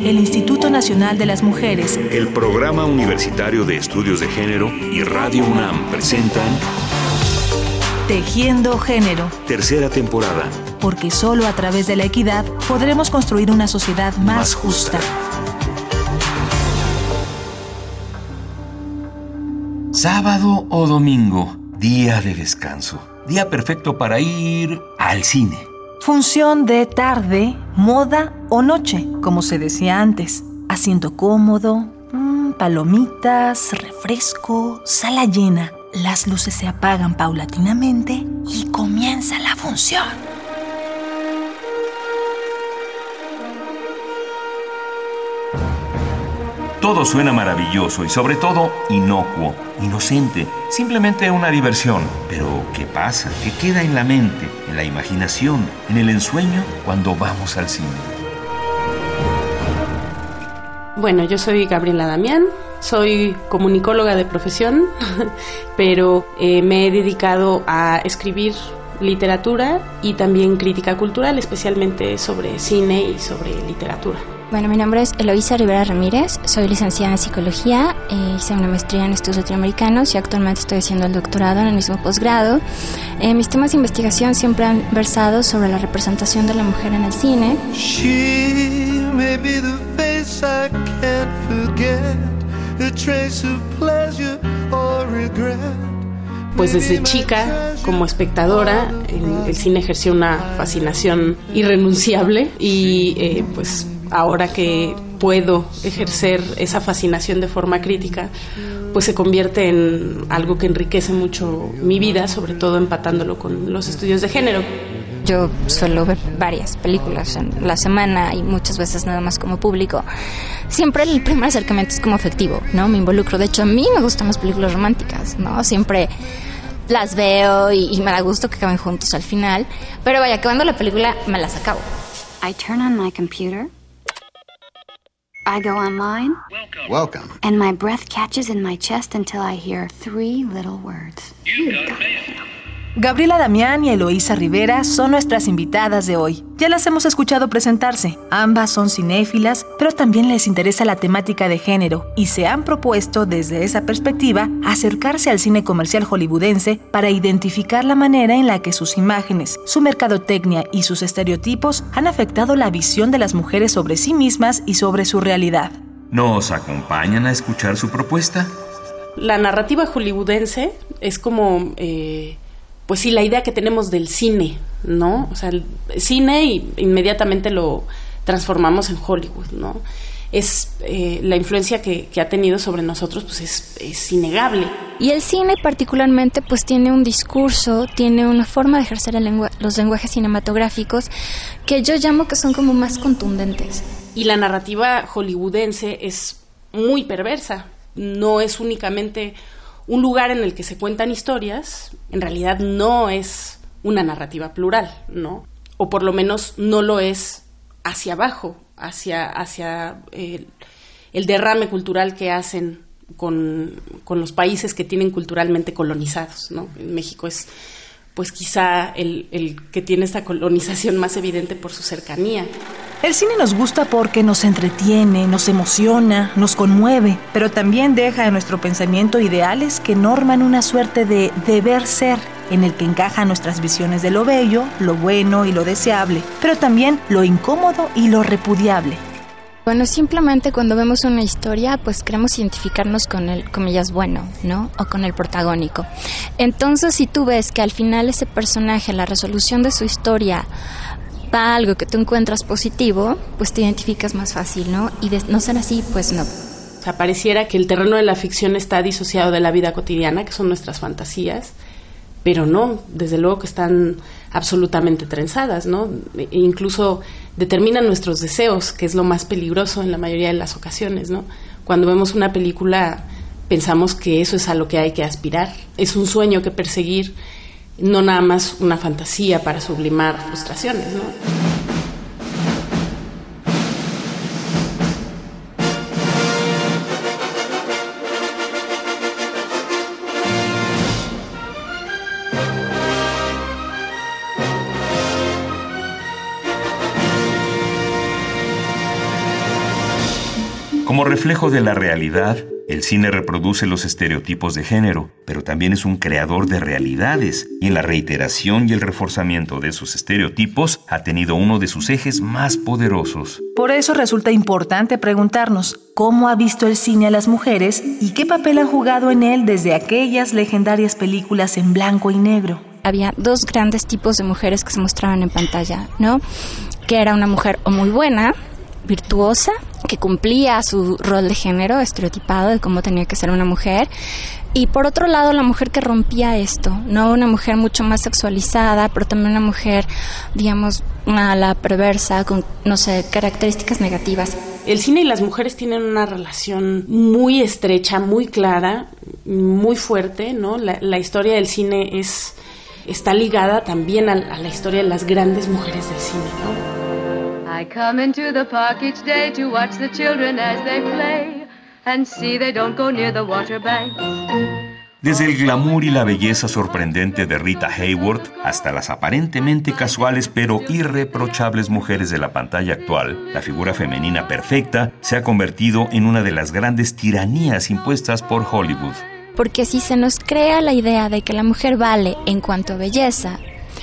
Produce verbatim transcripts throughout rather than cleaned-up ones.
el Instituto Nacional de las Mujeres, el Programa Universitario de Estudios de Género y Radio UNAM presentan Tejiendo Género, tercera temporada. Porque solo a través de la equidad podremos construir una sociedad más, más justa. Sábado o domingo, día de descanso. Día perfecto para ir al cine. Función de tarde, moda o noche, como se decía antes. Asiento cómodo, mmm, palomitas, refresco, sala llena. Las luces se apagan paulatinamente y comienza la función. Todo suena maravilloso y sobre todo inocuo, inocente, simplemente una diversión. Pero ¿qué pasa? ¿Qué queda en la mente, en la imaginación, en el ensueño cuando vamos al cine? Bueno, yo soy Gabriela Damián, soy comunicóloga de profesión, pero eh, me he dedicado a escribir literatura y también crítica cultural, especialmente sobre cine y sobre literatura. Bueno, mi nombre es Eloísa Rivera Ramírez, soy licenciada en Psicología, eh, hice una maestría en Estudios Latinoamericanos y actualmente estoy haciendo el doctorado en el mismo posgrado. Eh, mis temas de investigación siempre han versado sobre la representación de la mujer en el cine. She may be the face I can't forget, a trace of pleasure or regret. Pues desde chica, como espectadora, el, el cine ejerció una fascinación irrenunciable y eh, pues ahora que puedo ejercer esa fascinación de forma crítica, pues se convierte en algo que enriquece mucho mi vida, sobre todo empatándolo con los estudios de género. Yo suelo ver varias películas en la semana y muchas veces nada más como público. Siempre el primer acercamiento es como afectivo, ¿no? Me involucro. De hecho, a mí me gustan las películas románticas, ¿no? Siempre las veo y, y me da gusto que acaben juntos al final. Pero vaya, acabando la película, me las acabo. I turn on my computer. I go online. Welcome. Welcome. And my breath catches in my chest until I hear three little words. You got mail. Gabriela Damián y Eloísa Rivera son nuestras invitadas de hoy. Ya las hemos escuchado presentarse. Ambas son cinéfilas, pero también les interesa la temática de género y se han propuesto desde esa perspectiva acercarse al cine comercial hollywoodense para identificar la manera en la que sus imágenes, su mercadotecnia y sus estereotipos han afectado la visión de las mujeres sobre sí mismas y sobre su realidad. ¿Nos acompañan a escuchar su propuesta? La narrativa hollywoodense es como... Eh, Pues sí, la idea que tenemos del cine, ¿no? O sea, el cine y inmediatamente lo transformamos en Hollywood, ¿no? Es eh, la influencia que, que ha tenido sobre nosotros, pues es, es innegable. Y el cine particularmente, pues tiene un discurso, tiene una forma de ejercer el lengua- los lenguajes cinematográficos que yo llamo que son como más contundentes. Y la narrativa hollywoodense es muy perversa, no es únicamente un lugar en el que se cuentan historias, en realidad no es una narrativa plural, ¿no? O por lo menos no lo es hacia abajo, hacia, hacia el, el derrame cultural que hacen con, con los países que tienen culturalmente colonizados, ¿no? En México es pues quizá el, el que tiene esta colonización más evidente por su cercanía. El cine nos gusta porque nos entretiene, nos emociona, nos conmueve, pero también deja en nuestro pensamiento ideales que norman una suerte de deber ser, en el que encajan nuestras visiones de lo bello, lo bueno y lo deseable, pero también lo incómodo y lo repudiable. Bueno, simplemente cuando vemos una historia, pues queremos identificarnos con el, comillas, bueno, ¿no? O con el protagónico. Entonces, si tú ves que al final ese personaje, la resolución de su historia, va a algo que tú encuentras positivo, pues te identificas más fácil, ¿no? Y de no ser así, pues no. O sea, pareciera que el terreno de la ficción está disociado de la vida cotidiana, que son nuestras fantasías, pero no, desde luego que están absolutamente trenzadas, ¿no? E incluso determinan nuestros deseos, que es lo más peligroso en la mayoría de las ocasiones, ¿no? Cuando vemos una película pensamos que eso es a lo que hay que aspirar, es un sueño que perseguir, no nada más una fantasía para sublimar frustraciones, ¿no? Como reflejo de la realidad, el cine reproduce los estereotipos de género, pero también es un creador de realidades, y en la reiteración y el reforzamiento de esos estereotipos ha tenido uno de sus ejes más poderosos. Por eso resulta importante preguntarnos cómo ha visto el cine a las mujeres y qué papel han jugado en él desde aquellas legendarias películas en blanco y negro. Había dos grandes tipos de mujeres que se mostraban en pantalla, ¿no? Que era una mujer o muy buena, virtuosa, que cumplía su rol de género estereotipado de cómo tenía que ser una mujer, y por otro lado la mujer que rompía esto, no una mujer mucho más sexualizada, pero también una mujer, digamos, mala, perversa, con, no sé, características negativas. El cine y las mujeres tienen una relación muy estrecha, muy clara, muy fuerte, ¿no? La, la historia del cine es, está ligada también a, a la historia de las grandes mujeres del cine, ¿no? I come into the park each day to watch the children as they play and see they don't go near the water banks. Desde el glamour y la belleza sorprendente de Rita Hayworth hasta las aparentemente casuales pero irreprochables mujeres de la pantalla actual, la figura femenina perfecta se ha convertido en una de las grandes tiranías impuestas por Hollywood. Porque si se nos crea la idea de que la mujer vale en cuanto a belleza,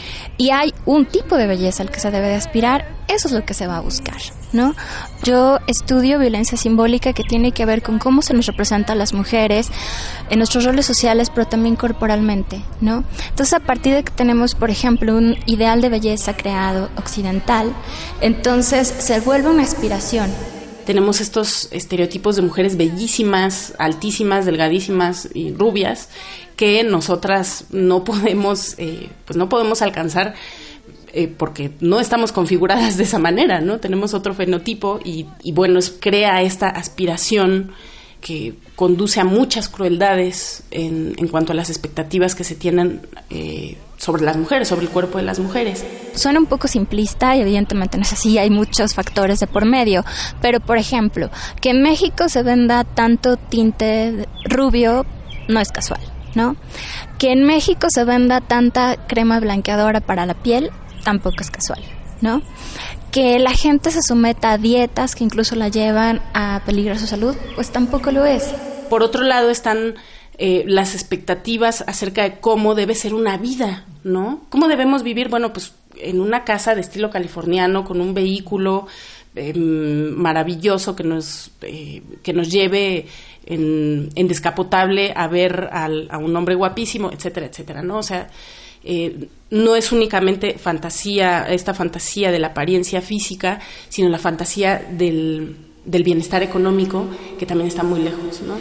y hay un tipo de belleza al que se debe de aspirar, eso es lo que se va a buscar, ¿no? Yo estudio violencia simbólica, que tiene que ver con cómo se nos representa a las mujeres en nuestros roles sociales, pero también corporalmente, ¿no? Entonces, a partir de que tenemos, por ejemplo, un ideal de belleza creado occidental, entonces se vuelve una aspiración. Tenemos estos estereotipos de mujeres bellísimas, altísimas, delgadísimas y rubias, que nosotras no podemos, eh, pues no podemos alcanzar eh, porque no estamos configuradas de esa manera, ¿no? Tenemos otro fenotipo y, y bueno, es, crea esta aspiración que conduce a muchas crueldades en, en cuanto a las expectativas que se tienen eh, sobre las mujeres, sobre el cuerpo de las mujeres. Suena un poco simplista y evidentemente no es así, hay muchos factores de por medio, pero por ejemplo, que en México se venda tanto tinte rubio no es casual, ¿no? Que en México se venda tanta crema blanqueadora para la piel tampoco es casual, ¿no? Que la gente se someta a dietas que incluso la llevan a peligrar su salud, pues tampoco lo es. Por otro lado están eh, las expectativas acerca de cómo debe ser una vida, ¿no? ¿Cómo debemos vivir? Bueno, pues en una casa de estilo californiano, con un vehículo eh, maravilloso que nos, eh, que nos lleve en, en descapotable a ver al, a un hombre guapísimo, etcétera, etcétera, ¿no? O sea, Eh, no es únicamente fantasía, esta fantasía de la apariencia física, sino la fantasía del, del bienestar económico, que también está muy lejos, ¿no?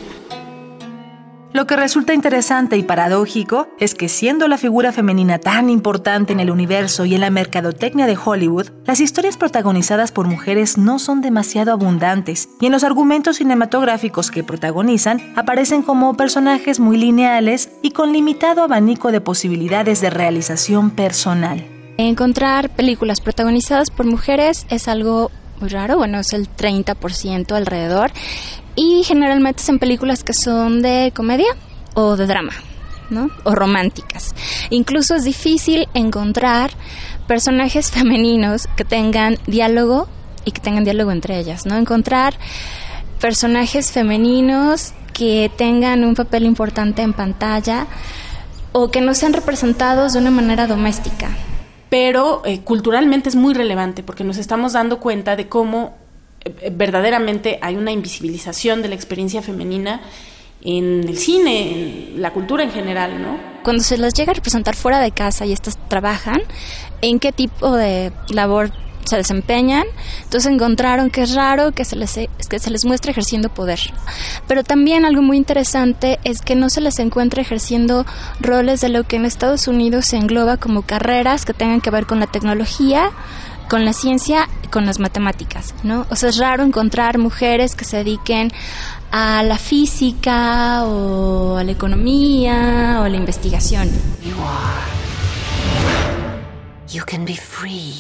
Lo que resulta interesante y paradójico es que, siendo la figura femenina tan importante en el universo y en la mercadotecnia de Hollywood, las historias protagonizadas por mujeres no son demasiado abundantes, y en los argumentos cinematográficos que protagonizan aparecen como personajes muy lineales y con limitado abanico de posibilidades de realización personal. Encontrar películas protagonizadas por mujeres es algo muy raro, bueno, es el treinta por ciento alrededor, y generalmente son películas que son de comedia o de drama, ¿no? O románticas. Incluso es difícil encontrar personajes femeninos que tengan diálogo y que tengan diálogo entre ellas, ¿no? Encontrar personajes femeninos que tengan un papel importante en pantalla o que no sean representados de una manera doméstica. Pero eh, culturalmente es muy relevante porque nos estamos dando cuenta de cómo eh, verdaderamente hay una invisibilización de la experiencia femenina en el cine, en la cultura en general, ¿no? Cuando se las llega a representar fuera de casa y estas trabajan, ¿en qué tipo de labor se desempeñan? Entonces encontraron que es raro que se les que se les muestre ejerciendo poder. Pero también algo muy interesante es que no se les encuentra ejerciendo roles de lo que en Estados Unidos se engloba como carreras que tengan que ver con la tecnología, con la ciencia y con las matemáticas, ¿no? O sea, es raro encontrar mujeres que se dediquen a la física o a la economía o a la investigación. You are. You can be free.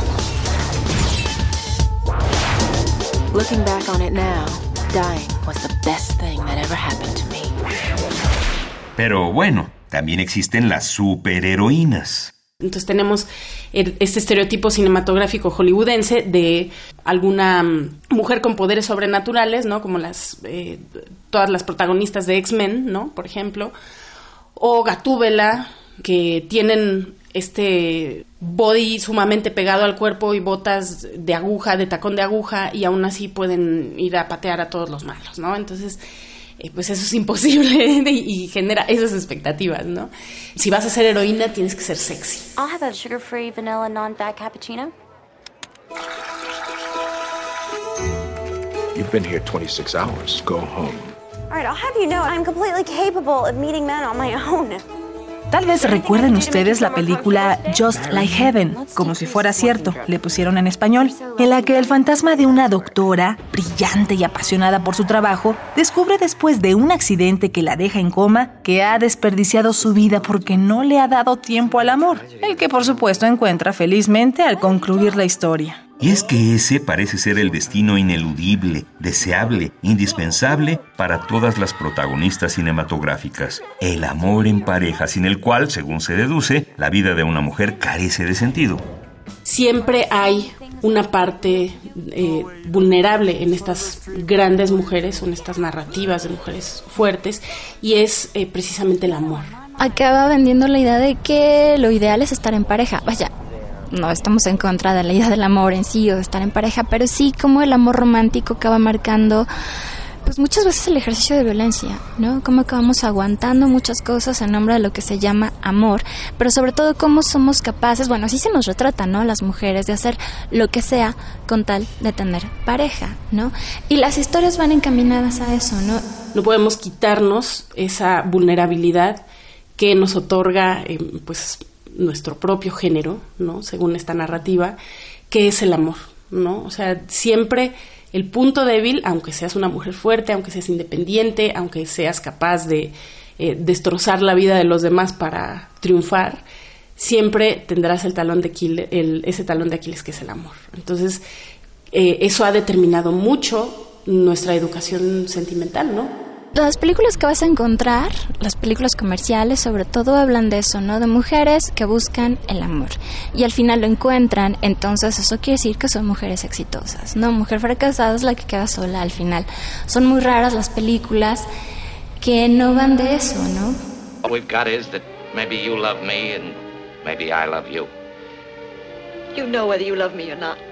Looking back on it now, dying was the best thing that ever happened to me. Pero bueno, también existen las superheroínas. Entonces tenemos este estereotipo cinematográfico hollywoodense de alguna mujer con poderes sobrenaturales, ¿no? Como las eh, todas las protagonistas de X-Men, ¿no? Por ejemplo, o Gatúbela, que tienen este body sumamente pegado al cuerpo y botas de aguja, de tacón de aguja, y aún así pueden ir a patear a todos los malos, ¿no? Entonces, eh, pues eso es imposible y, y genera esas expectativas, ¿no? Si vas a ser heroína, tienes que ser sexy. I'll have a sugar-free vanilla non-fat cappuccino. You've been here twenty-six hours. Go home. All right, I'll have you know I'm completely capable of meeting men on my own. Tal vez recuerden ustedes la película Just Like Heaven, como si fuera cierto, le pusieron en español, en la que el fantasma de una doctora, brillante y apasionada por su trabajo, descubre después de un accidente que la deja en coma que ha desperdiciado su vida porque no le ha dado tiempo al amor, el que por supuesto encuentra felizmente al concluir la historia. Y es que ese parece ser el destino ineludible, deseable, indispensable para todas las protagonistas cinematográficas. El amor en pareja, sin el cual, según se deduce, la vida de una mujer carece de sentido. Siempre hay una parte eh, vulnerable en estas grandes mujeres, en estas narrativas de mujeres fuertes, y es eh, precisamente el amor. Acaba vendiendo la idea de que lo ideal es estar en pareja. Vaya, no estamos en contra de la idea del amor en sí o de estar en pareja, pero sí como el amor romántico acaba marcando pues muchas veces el ejercicio de violencia, ¿no? Cómo acabamos aguantando muchas cosas en nombre de lo que se llama amor, pero sobre todo cómo somos capaces, bueno, así se nos retrata, ¿no? Las mujeres de hacer lo que sea con tal de tener pareja, ¿no? Y las historias van encaminadas a eso, ¿no? No podemos quitarnos esa vulnerabilidad que nos otorga, eh, pues, nuestro propio género, ¿no? Según esta narrativa, que es el amor, ¿no? O sea, siempre el punto débil, aunque seas una mujer fuerte, aunque seas independiente, aunque seas capaz de eh, destrozar la vida de los demás para triunfar, siempre tendrás el talón de Aquiles, el, ese talón de Aquiles que es el amor. Entonces, eh, eso ha determinado mucho nuestra educación sentimental, ¿no? Las películas que vas a encontrar, las películas comerciales sobre todo hablan de eso, ¿no? De mujeres que buscan el amor y al final lo encuentran, entonces eso quiere decir que son mujeres exitosas, ¿no? Mujer fracasada es la que queda sola al final. Son muy raras las películas que no van de eso, ¿no? All we've got is that maybe you love me and maybe I love you. You know whether you love me or not.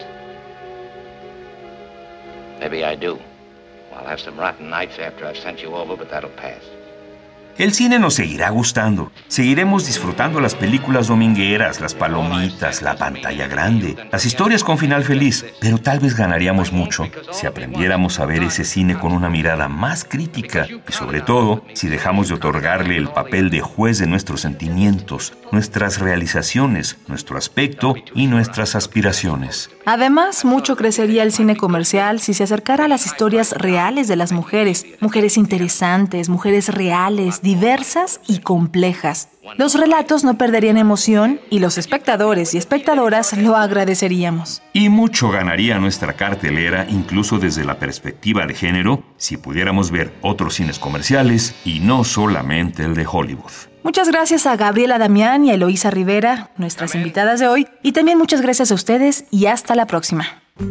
Maybe I do. I'll have some rotten nights after I've sent you over, but that'll pass. El cine nos seguirá gustando. Seguiremos disfrutando las películas domingueras, las palomitas, la pantalla grande, las historias con final feliz. Pero tal vez ganaríamos mucho si aprendiéramos a ver ese cine con una mirada más crítica y sobre todo si dejamos de otorgarle el papel de juez de nuestros sentimientos, nuestras realizaciones, nuestro aspecto y nuestras aspiraciones. Además, mucho crecería el cine comercial si se acercara a las historias reales de las mujeres. Mujeres interesantes, mujeres reales, diversas y complejas. Los relatos no perderían emoción y los espectadores y espectadoras lo agradeceríamos. Y mucho ganaría nuestra cartelera, incluso desde la perspectiva de género, si pudiéramos ver otros cines comerciales y no solamente el de Hollywood. Muchas gracias a Gabriela Damián y a Eloísa Rivera, nuestras invitadas de hoy, y también muchas gracias a ustedes y hasta la próxima.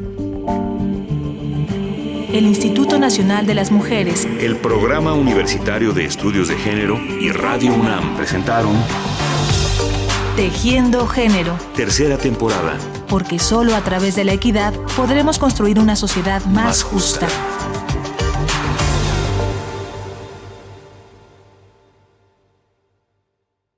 El Instituto Nacional de las Mujeres, el Programa Universitario de Estudios de Género y Radio UNAM presentaron Tejiendo Género, tercera temporada. Porque solo a través de la equidad podremos construir una sociedad más, más justa. justa.